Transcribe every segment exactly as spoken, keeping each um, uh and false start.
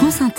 France Inter.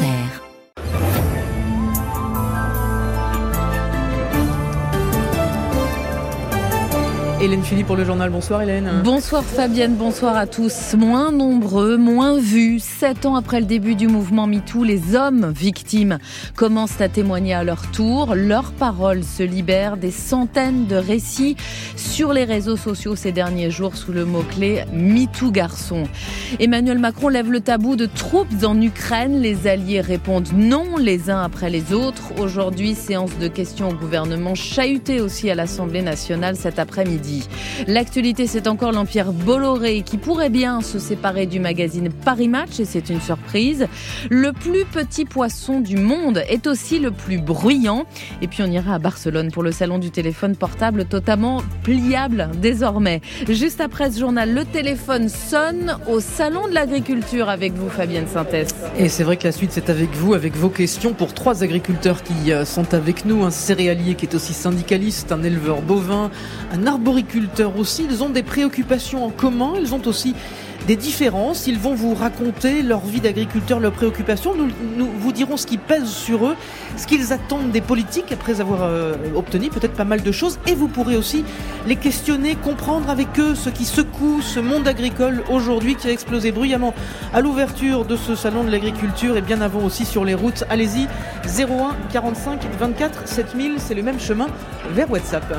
Hélène Philippe pour le journal. Bonsoir Hélène. Bonsoir Fabienne, bonsoir à tous. Moins nombreux, moins vus. Sept ans après le début du mouvement MeToo, les hommes victimes commencent à témoigner à leur tour. Leurs paroles se libèrent. Des centaines de récits sur les réseaux sociaux ces derniers jours sous le mot-clé MeToo garçon. Emmanuel Macron lève le tabou de troupes en Ukraine. Les alliés répondent non les uns après les autres. Aujourd'hui, séance de questions au gouvernement, chahutée aussi à l'Assemblée nationale cet après-midi. L'actualité, c'est encore l'Empire Bolloré qui pourrait bien se séparer du magazine Paris Match et c'est une surprise. Le plus petit poisson du monde est aussi le plus bruyant. Et puis on ira à Barcelone pour le salon du téléphone portable totalement pliable désormais. Juste après ce journal, le téléphone sonne au salon de l'agriculture avec vous Fabienne Synthès. Et c'est vrai que la suite c'est avec vous, avec vos questions pour trois agriculteurs qui sont avec nous. Un céréalier qui est aussi syndicaliste, un éleveur bovin, un arboriculteur aussi. Ils ont des préoccupations en commun, ils ont aussi des différences. Ils vont vous raconter leur vie d'agriculteur, leurs préoccupations. Nous, nous vous dirons ce qui pèse sur eux, ce qu'ils attendent des politiques après avoir euh, obtenu peut-être pas mal de choses. Et vous pourrez aussi les questionner, comprendre avec eux ce qui secoue ce monde agricole aujourd'hui qui a explosé bruyamment à l'ouverture de ce salon de l'agriculture et bien avant aussi sur les routes. Allez-y, zéro un quarante-cinq vingt-quatre sept mille, c'est le même chemin vers WhatsApp.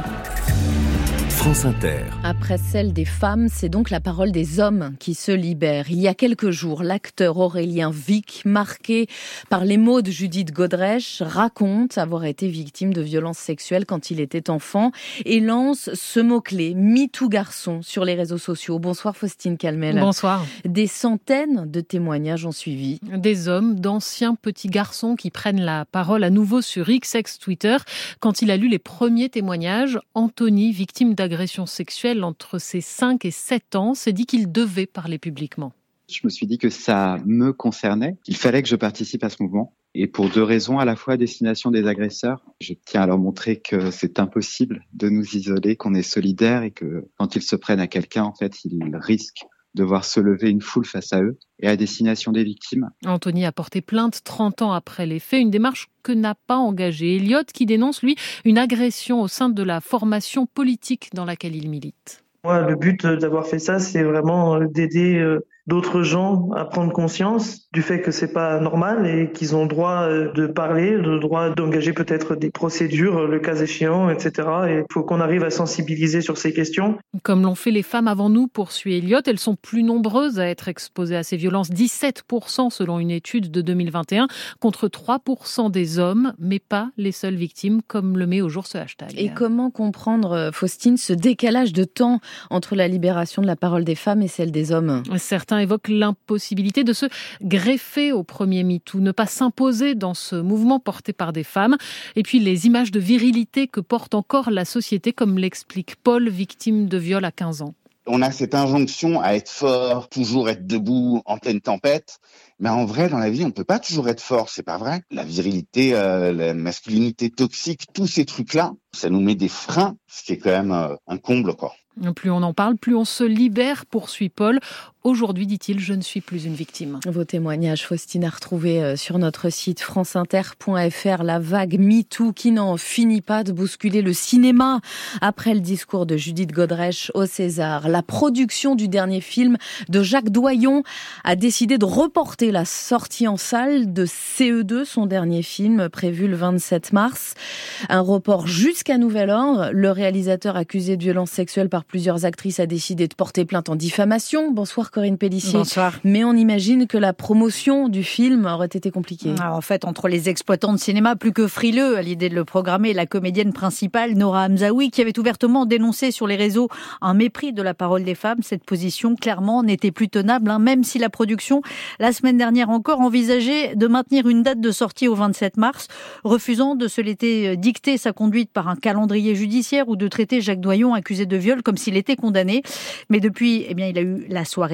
France Inter. Après celle des femmes, c'est donc la parole des hommes qui se libère. Il y a quelques jours, l'acteur Aurélien Vic, marqué par les mots de Judith Godrèche, raconte avoir été victime de violences sexuelles quand il était enfant et lance ce mot-clé, MeToo garçon, sur les réseaux sociaux. Bonsoir Faustine Calmel. Bonsoir. Des centaines de témoignages ont suivi. Des hommes, d'anciens petits garçons qui prennent la parole à nouveau sur X, ex-Twitter. Quand il a lu les premiers témoignages, Anthony, victime d'agression sexuelle entre ses cinq et sept ans, s'est dit qu'il devait parler publiquement. Je me suis dit que ça me concernait, qu'il fallait que je participe à ce mouvement. Et pour deux raisons, à la fois à destination des agresseurs. Je tiens à leur montrer que c'est impossible de nous isoler, qu'on est solidaires et que quand ils se prennent à quelqu'un, en fait, ils risquent de voir se lever une foule face à eux, et à destination des victimes. Anthony a porté plainte trente ans après les faits, une démarche que n'a pas engagée Elliot, qui dénonce, lui, une agression au sein de la formation politique dans laquelle il milite. Moi, le but d'avoir fait ça, c'est vraiment d'aider d'autres gens à prendre conscience du fait que c'est pas normal et qu'ils ont le droit de parler, le droit d'engager peut-être des procédures, le cas échéant, et cetera. Et il faut qu'on arrive à sensibiliser sur ces questions. Comme l'ont fait les femmes avant nous, poursuit Elliot, elles sont plus nombreuses à être exposées à ces violences. dix-sept pour cent selon une étude de deux mille vingt et un, contre trois pour cent des hommes, mais pas les seules victimes, comme le met au jour ce hashtag. Et comment comprendre, Faustine, ce décalage de temps entre la libération de la parole des femmes et celle des hommes ? Certains évoquent l'impossibilité de se greffer au premier MeToo, ne pas s'imposer dans ce mouvement porté par des femmes. Et puis les images de virilité que porte encore la société, comme l'explique Paul, victime de viol à quinze ans. On a cette injonction à être fort, toujours être debout en pleine tempête. Mais en vrai, dans la vie, on ne peut pas toujours être fort, c'est pas vrai. La virilité, euh, la masculinité toxique, tous ces trucs-là, ça nous met des freins, ce qui est quand même euh, un comble, quoi. Plus on en parle, plus on se libère, poursuit Paul. Aujourd'hui, dit-il, je ne suis plus une victime. Vos témoignages, Faustine, à retrouver sur notre site franceinter point f r. La vague MeToo qui n'en finit pas de bousculer le cinéma. Après le discours de Judith Godrèche au César, la production du dernier film de Jacques Doyon a décidé de reporter la sortie en salle de C E deux, son dernier film prévu le vingt-sept mars. Un report jusqu'à nouvel ordre. Le réalisateur accusé de violences sexuelles par plusieurs actrices a décidé de porter plainte en diffamation. Bonsoir Corinne Pélissier. Bonsoir. Mais on imagine que la promotion du film aurait été compliquée. Alors en fait, entre les exploitants de cinéma plus que frileux à l'idée de le programmer, la comédienne principale Nora Hamzaoui, qui avait ouvertement dénoncé sur les réseaux un mépris de la parole des femmes, cette position clairement n'était plus tenable, hein, même si la production, la semaine dernière encore, envisageait de maintenir une date de sortie au vingt-sept mars, refusant de se laisser dicter sa conduite par un calendrier judiciaire ou de traiter Jacques Doyon accusé de viol comme s'il était condamné. Mais depuis, eh bien, il a eu la soirée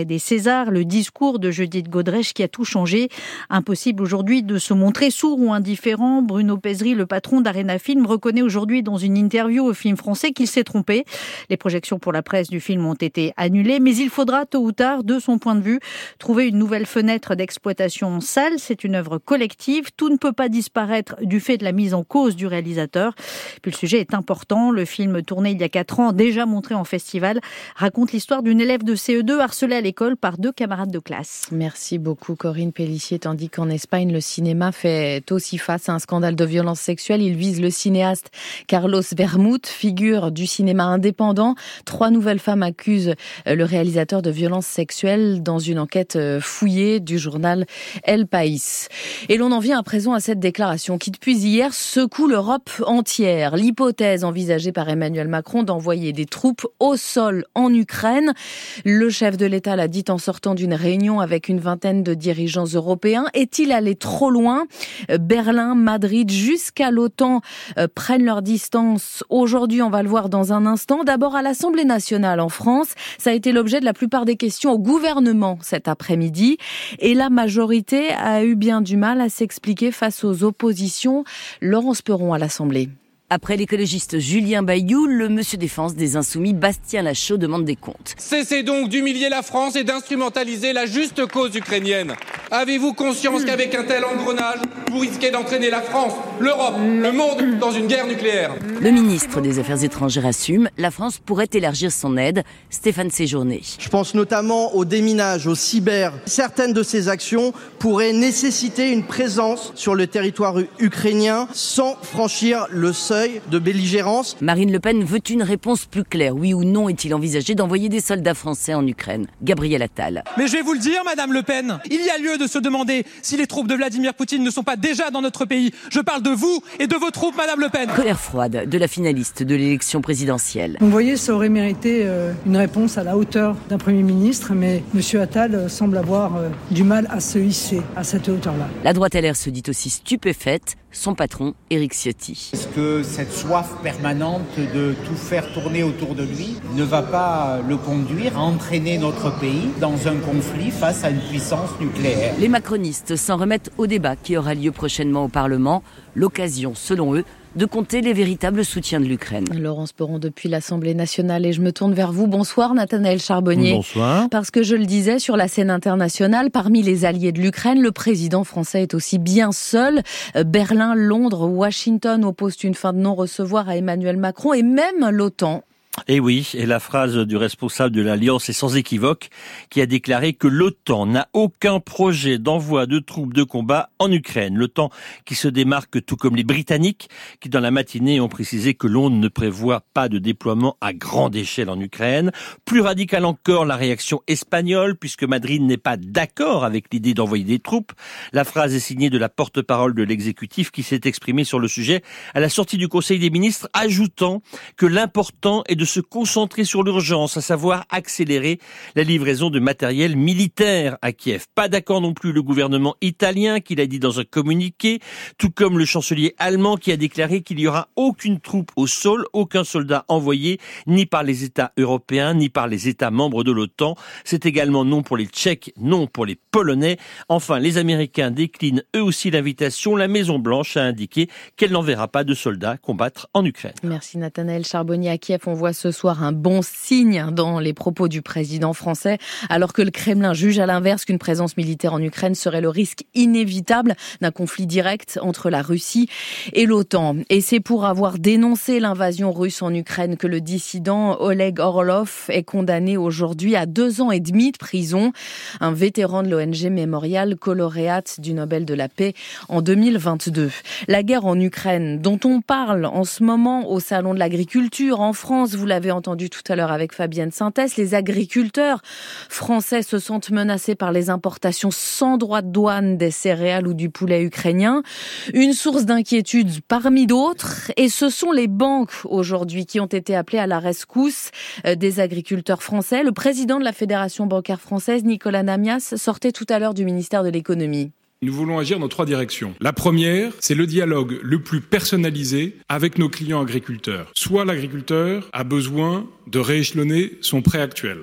soirée des Césars, le discours de Judith Godrèche qui a tout changé. Impossible aujourd'hui de se montrer sourd ou indifférent. Bruno Pézeri, le patron d'Arena Film, reconnaît aujourd'hui dans une interview au Film Français qu'il s'est trompé. Les projections pour la presse du film ont été annulées, mais il faudra tôt ou tard, de son point de vue, trouver une nouvelle fenêtre d'exploitation en salle. C'est une œuvre collective. Tout ne peut pas disparaître du fait de la mise en cause du réalisateur. Puis le sujet est important. Le film tourné il y a quatre ans, déjà montré en festival, raconte l'histoire d'une élève de C E deux harcelée à l'école par deux camarades de classe. Merci beaucoup Corinne Pellissier. Tandis qu'en Espagne, le cinéma fait aussi face à un scandale de violence sexuelle. Il vise le cinéaste Carlos Vermut, figure du cinéma indépendant. Trois nouvelles femmes accusent le réalisateur de violences sexuelles dans une enquête fouillée du journal El País. Et l'on en vient à présent à cette déclaration qui, depuis hier, secoue l'Europe entière. L'hypothèse envisagée par Emmanuel Macron d'envoyer des troupes au sol en Ukraine. Le chef de l'État l'a dit en sortant d'une réunion avec une vingtaine de dirigeants européens. Est-il allé trop loin ? Berlin, Madrid, jusqu'à l'OTAN euh, prennent leur distance. Aujourd'hui, on va le voir dans un instant. D'abord à l'Assemblée nationale en France. Ça a été l'objet de la plupart des questions au gouvernement cet après-midi. Et la majorité a eu bien du mal à s'expliquer face aux oppositions. Laurence Perron à l'Assemblée. Après l'écologiste Julien Bayou, le monsieur défense des Insoumis Bastien Lachaud demande des comptes. Cessez donc d'humilier la France et d'instrumentaliser la juste cause ukrainienne. Avez-vous conscience qu'avec un tel engrenage, vous risquez d'entraîner la France, l'Europe, le monde dans une guerre nucléaire ? Le ministre des Affaires étrangères assume, la France pourrait élargir son aide. Stéphane Séjourné. Je pense notamment au déminage, au cyber. Certaines de ces actions pourraient nécessiter une présence sur le territoire ukrainien sans franchir le seuil de belligérance. Marine Le Pen veut une réponse plus claire. Oui ou non est-il envisagé d'envoyer des soldats français en Ukraine ? Gabriel Attal. Mais je vais vous le dire, Madame Le Pen, il y a lieu de se demander si les troupes de Vladimir Poutine ne sont pas déjà dans notre pays. Je parle de vous et de vos troupes, Madame Le Pen. Colère froide de la finaliste de l'élection présidentielle. Vous voyez, ça aurait mérité euh, une réponse à la hauteur d'un Premier ministre, mais M. Attal euh, semble avoir euh, du mal à se hisser à cette hauteur-là. La droite L R se dit aussi stupéfaite. Son patron, Éric Ciotti. Est-ce que cette soif permanente de tout faire tourner autour de lui ne va pas le conduire à entraîner notre pays dans un conflit face à une puissance nucléaire ? Les macronistes s'en remettent au débat qui aura lieu prochainement au Parlement. L'occasion, selon eux, de compter les véritables soutiens de l'Ukraine. Laurence Perron depuis l'Assemblée nationale et je me tourne vers vous. Bonsoir Nathanaël Charbonnier. Bonsoir. Parce que je le disais, sur la scène internationale, parmi les alliés de l'Ukraine, le président français est aussi bien seul. Berlin, Londres, Washington opposent une fin de non-recevoir à Emmanuel Macron et même l'OTAN. Et oui, et la phrase du responsable de l'Alliance est sans équivoque, qui a déclaré que l'OTAN n'a aucun projet d'envoi de troupes de combat en Ukraine. L'OTAN qui se démarque tout comme les Britanniques, qui dans la matinée ont précisé que Londres ne prévoit pas de déploiement à grande échelle en Ukraine. Plus radicale encore, la réaction espagnole, puisque Madrid n'est pas d'accord avec l'idée d'envoyer des troupes. La phrase est signée de la porte-parole de l'exécutif qui s'est exprimé sur le sujet à la sortie du Conseil des ministres, ajoutant que l'important est de de se concentrer sur l'urgence, à savoir accélérer la livraison de matériel militaire à Kiev. Pas d'accord non plus le gouvernement italien, qui l'a dit dans un communiqué, tout comme le chancelier allemand qui a déclaré qu'il n'y aura aucune troupe au sol, aucun soldat envoyé, ni par les États européens, ni par les États membres de l'OTAN. C'est également non pour les Tchèques, non pour les Polonais. Enfin, les Américains déclinent eux aussi l'invitation. La Maison-Blanche a indiqué qu'elle n'enverra pas de soldats combattre en Ukraine. Merci Nathanaël Charbonnier. À Kiev, on voit ce soir un bon signe dans les propos du président français, alors que le Kremlin juge à l'inverse qu'une présence militaire en Ukraine serait le risque inévitable d'un conflit direct entre la Russie et l'OTAN. Et c'est pour avoir dénoncé l'invasion russe en Ukraine que le dissident Oleg Orlov est condamné aujourd'hui à deux ans et demi de prison. Un vétéran de l'O N G Mémorial, lauréate du Nobel de la paix en deux mille vingt-deux. La guerre en Ukraine, dont on parle en ce moment au Salon de l'Agriculture en France, vous l'avez entendu tout à l'heure avec Fabienne Sintès, les agriculteurs français se sentent menacés par les importations sans droit de douane des céréales ou du poulet ukrainien. Une source d'inquiétude parmi d'autres, et ce sont les banques aujourd'hui qui ont été appelées à la rescousse des agriculteurs français. Le président de la Fédération bancaire française, Nicolas Namias, sortait tout à l'heure du ministère de l'économie. Nous voulons agir dans trois directions. La première, c'est le dialogue le plus personnalisé avec nos clients agriculteurs. Soit l'agriculteur a besoin de rééchelonner son prêt actuel.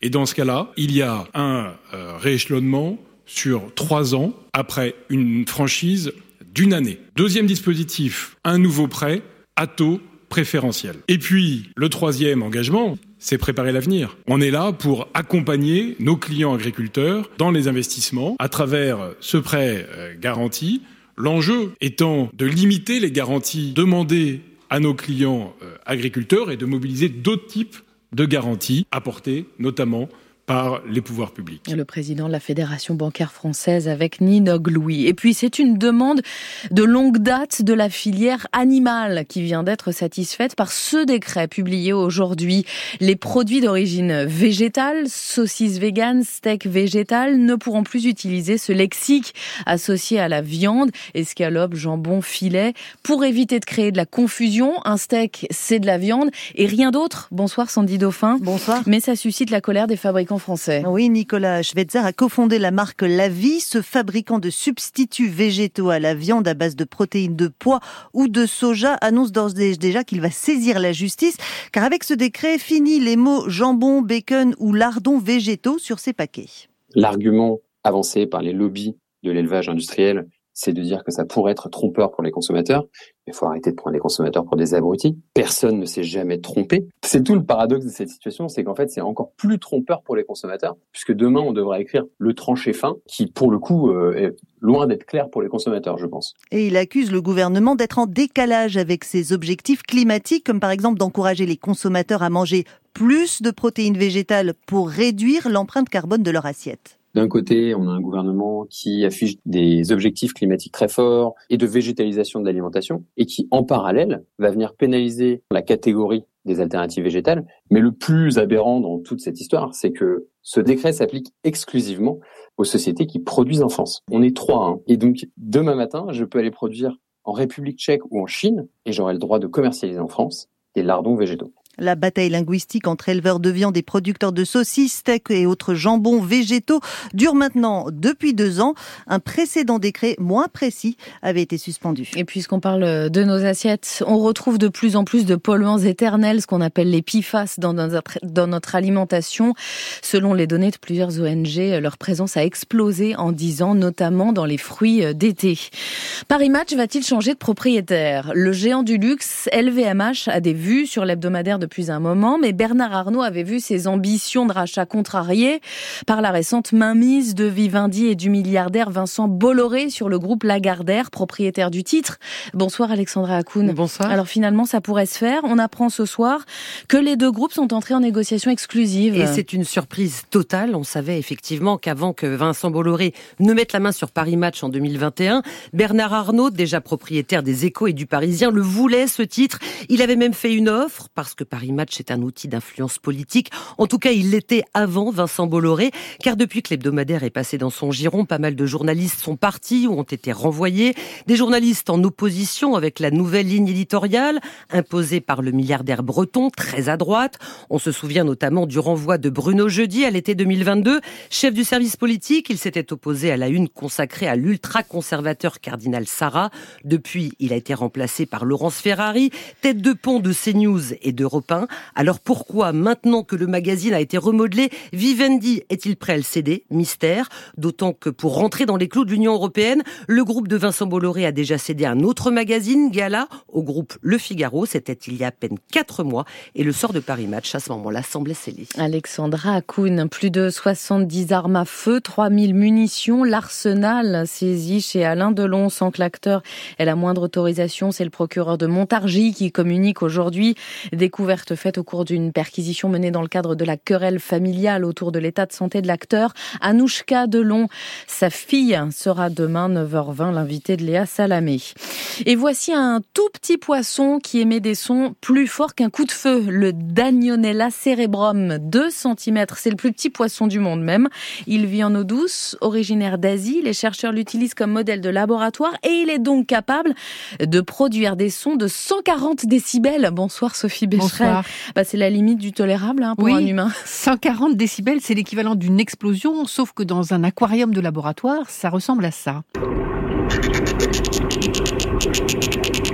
Et dans ce cas-là, il y a un euh, rééchelonnement sur trois ans après une franchise d'une année. Deuxième dispositif, un nouveau prêt à taux préférentiel. Et puis, le troisième engagement, c'est préparer l'avenir. On est là pour accompagner nos clients agriculteurs dans les investissements à travers ce prêt euh, garanti. L'enjeu étant de limiter les garanties demandées à nos clients euh, agriculteurs et de mobiliser d'autres types de garanties apportées notamment par les pouvoirs publics. Le président de la Fédération bancaire française avec Ninog Louis. Et puis c'est une demande de longue date de la filière animale qui vient d'être satisfaite par ce décret publié aujourd'hui. Les produits d'origine végétale, saucisses véganes, steaks végétal ne pourront plus utiliser ce lexique associé à la viande, escalope, jambon, filet. Pour éviter de créer de la confusion, un steak c'est de la viande et rien d'autre. Bonsoir Sandy Dauphin. Bonsoir. Mais ça suscite la colère des fabricants français. Oui, Nicolas Schweitzer a cofondé la marque La Vie, ce fabricant de substituts végétaux à la viande à base de protéines de pois ou de soja, annonce d'ores et déjà qu'il va saisir la justice, car avec ce décret, fini les mots jambon, bacon ou lardons végétaux sur ses paquets. L'argument avancé par les lobbies de l'élevage industriel, c'est de dire que ça pourrait être trompeur pour les consommateurs. Il faut arrêter de prendre les consommateurs pour des abrutis. Personne ne s'est jamais trompé. C'est tout le paradoxe de cette situation, c'est qu'en fait, c'est encore plus trompeur pour les consommateurs, puisque demain, on devra écrire le tranché fin, qui, pour le coup, euh, est loin d'être clair pour les consommateurs, je pense. Et il accuse le gouvernement d'être en décalage avec ses objectifs climatiques, comme par exemple d'encourager les consommateurs à manger plus de protéines végétales pour réduire l'empreinte carbone de leur assiette. D'un côté, on a un gouvernement qui affiche des objectifs climatiques très forts et de végétalisation de l'alimentation et qui, en parallèle, va venir pénaliser la catégorie des alternatives végétales. Mais le plus aberrant dans toute cette histoire, c'est que ce décret s'applique exclusivement aux sociétés qui produisent en France. On est trois, hein. Et donc, demain matin, je peux aller produire en République tchèque ou en Chine et j'aurai le droit de commercialiser en France des lardons végétaux. La bataille linguistique entre éleveurs de viande et producteurs de saucisses, steaks et autres jambons végétaux dure maintenant depuis deux ans. Un précédent décret moins précis avait été suspendu. Et puisqu'on parle de nos assiettes, on retrouve de plus en plus de polluants éternels, ce qu'on appelle les P F A S dans notre, dans notre alimentation. Selon les données de plusieurs O N G, leur présence a explosé en dix ans, notamment dans les fruits d'été. Paris Match va-t-il changer de propriétaire ? Le géant du luxe, L V M H, a des vues sur l'hebdomadaire depuis un moment, mais Bernard Arnault avait vu ses ambitions de rachat contrariées par la récente mainmise de Vivendi et du milliardaire Vincent Bolloré sur le groupe Lagardère, propriétaire du titre. Bonsoir Alexandra Hakoun. Bonsoir. Alors finalement, ça pourrait se faire. On apprend ce soir que les deux groupes sont entrés en négociation exclusive. Et c'est une surprise totale. On savait effectivement qu'avant que Vincent Bolloré ne mette la main sur Paris Match en deux mille vingt et un, Bernard Arnault, déjà propriétaire des Échos et du Parisien, le voulait, ce titre. Il avait même fait une offre parce que Paris Match est un outil d'influence politique. En tout cas, il l'était avant Vincent Bolloré, car depuis que l'hebdomadaire est passé dans son giron, pas mal de journalistes sont partis ou ont été renvoyés. Des journalistes en opposition avec la nouvelle ligne éditoriale, imposée par le milliardaire breton, très à droite. On se souvient notamment du renvoi de Bruno Jeudi à l'été deux mille vingt-deux. Chef du service politique, il s'était opposé à la une consacrée à l'ultra-conservateur cardinal Sarah. Depuis, il a été remplacé par Laurence Ferrari, tête de pont de CNews et d'Europe un. Alors pourquoi, maintenant que le magazine a été remodelé, Vivendi est-il prêt à le céder ? Mystère. D'autant que pour rentrer dans les clous de l'Union européenne, le groupe de Vincent Bolloré a déjà cédé un autre magazine, Gala, au groupe Le Figaro. C'était il y a à peine quatre mois. Et le sort de Paris Match, à ce moment-là, semblait scellé. Alexandra Hakoun, plus de soixante-dix armes à feu, trois mille munitions, l'arsenal saisi chez Alain Delon sans que l'acteur ait la moindre autorisation. C'est le procureur de Montargis qui communique aujourd'hui. Découverte faite au cours d'une perquisition menée dans le cadre de la querelle familiale autour de l'état de santé de l'acteur. Anouchka Delon, sa fille, sera demain neuf heures vingt l'invitée de Léa Salamé. Et voici un tout petit poisson qui émet des sons plus forts qu'un coup de feu. Le Danionella cerebrum, deux centimètres. C'est le plus petit poisson du monde même. Il vit en eau douce, originaire d'Asie. Les chercheurs l'utilisent comme modèle de laboratoire et il est donc capable de produire des sons de cent quarante décibels. Bonsoir Sophie Bécherel. Bah, c'est la limite du tolérable hein, pour oui, un humain. cent quarante décibels, c'est l'équivalent d'une explosion, sauf que dans un aquarium de laboratoire, ça ressemble à ça.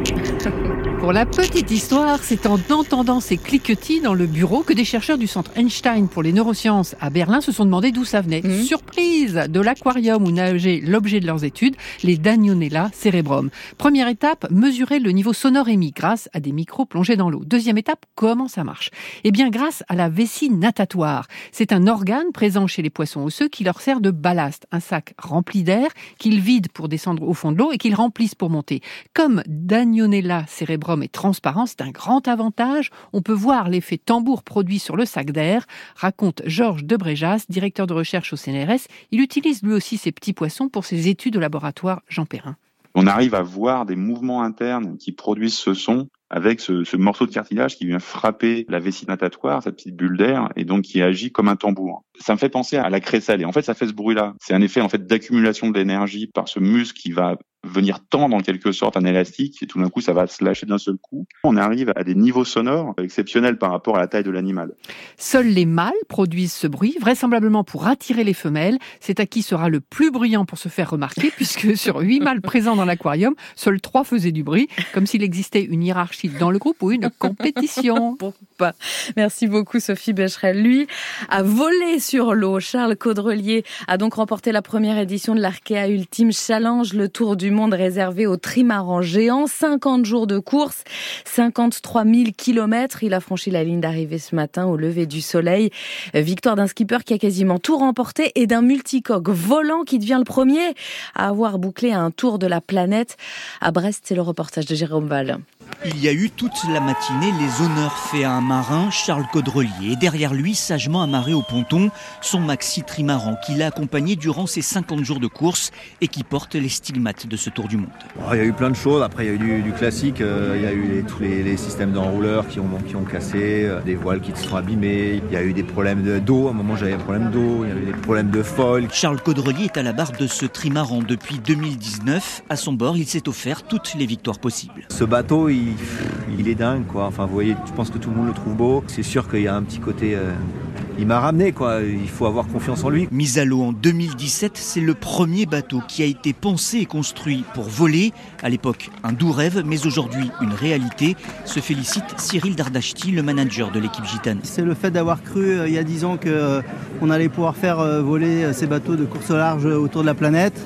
Pour la petite histoire, c'est en entendant ces cliquetis dans le bureau que des chercheurs du centre Einstein pour les neurosciences à Berlin se sont demandé d'où ça venait. Mmh. Surprise de l'aquarium où nageait l'objet de leurs études, les Danionella cerebrum. Première étape, mesurer le niveau sonore émis grâce à des micros plongés dans l'eau. Deuxième étape, comment ça marche ? Eh bien, grâce à la vessie natatoire. C'est un organe présent chez les poissons osseux qui leur sert de ballast, un sac rempli d'air qu'ils vident pour descendre au fond de l'eau et qu'ils remplissent pour monter. Comme Danionella cerebrum est transparent, c'est un grand avantage. On peut voir l'effet tambour produit sur le sac d'air, raconte Georges Debréjas, directeur de recherche au C N R S. Il utilise lui aussi ces petits poissons pour ses études au laboratoire Jean Perrin. On arrive à voir des mouvements internes qui produisent ce son avec ce, ce morceau de cartilage qui vient frapper la vessie natatoire, cette petite bulle d'air, et donc qui agit comme un tambour. Ça me fait penser à la crécelle, et en fait ça fait ce bruit-là. C'est un effet en fait d'accumulation de l'énergie par ce muscle qui va venir tendre en quelque sorte un élastique, et tout d'un coup ça va se lâcher d'un seul coup. On arrive à des niveaux sonores exceptionnels par rapport à la taille de l'animal. Seuls les mâles produisent ce bruit, vraisemblablement pour attirer les femelles. C'est à qui sera le plus bruyant pour se faire remarquer, puisque sur huit mâles présents dans l'aquarium, seuls trois faisaient du bruit, comme s'il existait une hiérarchie dans le groupe ou une compétition. Pourquoi ? Merci beaucoup Sophie Becherel. Lui a volé sur l'eau. Charles Caudrelier a donc remporté la première édition de l'Arkea Ultime Challenge, le tour du monde réservé aux trimarans géants. cinquante jours de course, cinquante-trois mille kilomètres. Il a franchi la ligne d'arrivée ce matin au lever du soleil. Victoire d'un skipper qui a quasiment tout remporté et d'un multicoque volant qui devient le premier à avoir bouclé un tour de la planète. À Brest, c'est le reportage de Jérôme Val. Il y a eu toute la matinée les honneurs faits à un marin, Charles Caudrelier, et derrière lui, sagement amarré au ponton, son maxi trimaran qui l'a accompagné durant ses cinquante jours de course et qui porte les stigmates de ce tour du monde. Oh, il y a eu plein de choses, après il y a eu du, du classique, euh, il y a eu les, tous les, les systèmes d'enrouleurs qui ont, qui ont cassé, euh, des voiles qui se sont abîmées, il y a eu des problèmes de, d'eau, à un moment j'avais un problème d'eau, il y a eu des problèmes de foil. Charles Caudrelier est à la barre de ce trimaran depuis deux mille dix-neuf. À son bord, il s'est offert toutes les victoires possibles. Ce bateau, il, il est dingue, quoi. Enfin, vous voyez, je pense que tout le monde le trouve beau. C'est sûr qu'il y a un petit côté... Euh, il m'a ramené, quoi. Il faut avoir confiance en lui. Mis à l'eau en deux mille dix-sept, c'est le premier bateau qui a été pensé et construit pour voler. À l'époque, un doux rêve, mais aujourd'hui, une réalité. Se félicite Cyril Dardachti, le manager de l'équipe gitane. C'est le fait d'avoir cru, euh, il y a dix ans, qu'on euh, allait pouvoir faire euh, voler euh, ces bateaux de course au large euh, autour de la planète.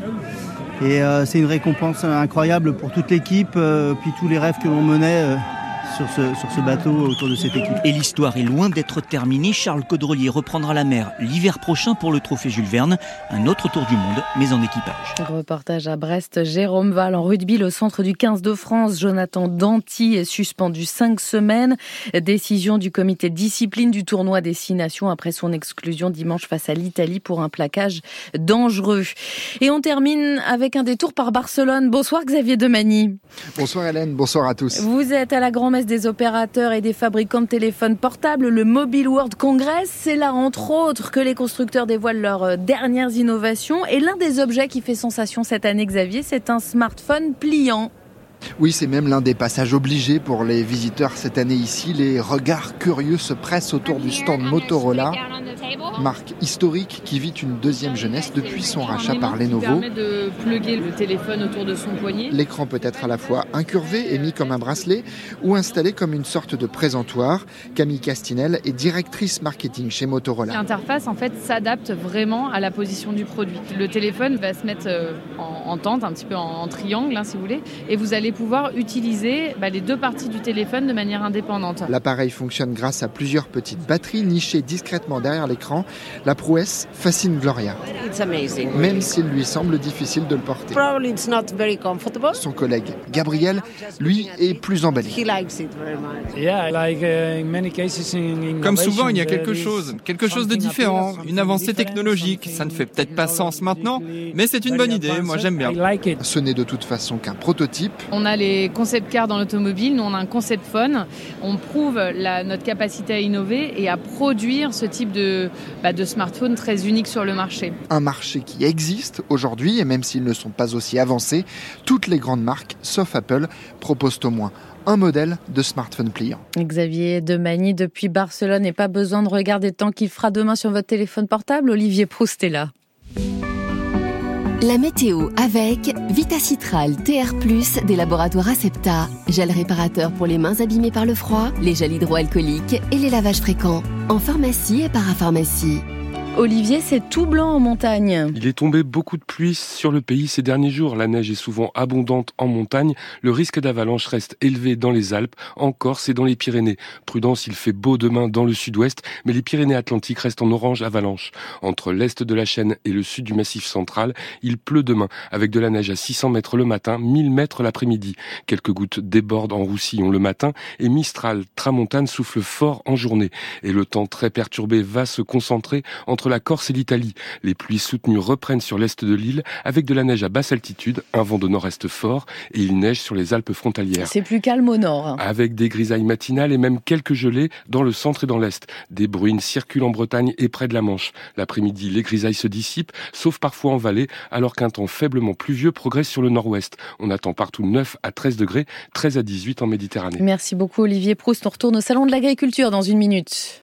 Et euh, c'est une récompense incroyable pour toute l'équipe, euh, puis tous les rêves que l'on menait euh, sur, ce, sur ce bateau autour de cette équipe. Et l'histoire est loin d'être terminée. Charles Caudrelier reprendra la mer l'hiver prochain pour le trophée Jules Verne. Un autre tour du monde, mais en équipage. Reportage à Brest, Jérôme Val. En rugby, le centre du quinze de France, Jonathan Danty, est suspendu cinq semaines. Décision du comité de discipline du tournoi des Six Nations après son exclusion dimanche face à l'Italie pour un plaquage dangereux. Et on termine avec un détour par Barcelone. Bonsoir Xavier Demagny. Bonsoir Hélène, bonsoir à tous. Vous êtes à la grand-messe des opérateurs et des fabricants de téléphones portables, le Mobile World Congress. C'est là, entre autres, que les constructeurs dévoilent leurs dernières innovations. Et l'un des objets qui fait sensation cette année, Xavier, c'est un smartphone pliant. Oui, c'est même l'un des passages obligés pour les visiteurs cette année ici. Les regards curieux se pressent autour du stand Motorola, marque historique qui vit une deuxième jeunesse depuis son rachat par Lenovo. Ça permet de plugger le téléphone autour de son poignet. L'écran peut être à la fois incurvé et mis comme un bracelet ou installé comme une sorte de présentoir. Camille Castinel est directrice marketing chez Motorola. L'interface en fait s'adapte vraiment à la position du produit. Le téléphone va se mettre en, en tente, un petit peu en, en triangle hein, si vous voulez, et vous allez pouvoir utiliser bah, les deux parties du téléphone de manière indépendante. L'appareil fonctionne grâce à plusieurs petites batteries nichées discrètement derrière l'écran. La prouesse fascine Gloria, même s'il lui semble difficile de le porter. Son collègue Gabriel, lui, est plus emballé. Comme souvent, il y a quelque chose, quelque chose de différent, une avancée technologique. Ça ne fait peut-être pas sens maintenant, mais c'est une bonne idée, moi j'aime bien. Ce n'est de toute façon qu'un prototype. On a les concept cars dans l'automobile, nous on a un concept phone. On prouve la, notre capacité à innover et à produire ce type de, bah, de smartphone très unique sur le marché. Un marché qui existe aujourd'hui et même s'ils ne sont pas aussi avancés, toutes les grandes marques, sauf Apple, proposent au moins un modèle de smartphone pliant. Xavier Demagny depuis Barcelone, et pas besoin de regarder tant qu'il fera demain sur votre téléphone portable. Olivier Proust est là. La météo avec Vitacitral T R plus des laboratoires Acepta. Gel réparateur pour les mains abîmées par le froid, les gels hydroalcooliques et les lavages fréquents. En pharmacie et parapharmacie. Olivier, c'est tout blanc en montagne. Il est tombé beaucoup de pluie sur le pays ces derniers jours. La neige est souvent abondante en montagne. Le risque d'avalanche reste élevé dans les Alpes, en Corse et dans les Pyrénées. Prudence, il fait beau demain dans le sud-ouest, mais les Pyrénées-Atlantiques restent en orange avalanche. Entre l'est de la chaîne et le sud du massif central, il pleut demain, avec de la neige à six cents mètres le matin, mille mètres l'après-midi. Quelques gouttes débordent en Roussillon le matin et Mistral, tramontane souffle fort en journée. Et le temps très perturbé va se concentrer entre la Corse et l'Italie. Les pluies soutenues reprennent sur l'est de l'île avec de la neige à basse altitude, un vent de nord-est fort et il neige sur les Alpes frontalières. C'est plus calme au nord. Avec des grisailles matinales et même quelques gelées dans le centre et dans l'est. Des bruines circulent en Bretagne et près de la Manche. L'après-midi, les grisailles se dissipent, sauf parfois en vallée, alors qu'un temps faiblement pluvieux progresse sur le nord-ouest. On attend partout neuf à treize degrés, treize à dix-huit en Méditerranée. Merci beaucoup Olivier Proust. On retourne au Salon de l'Agriculture dans une minute.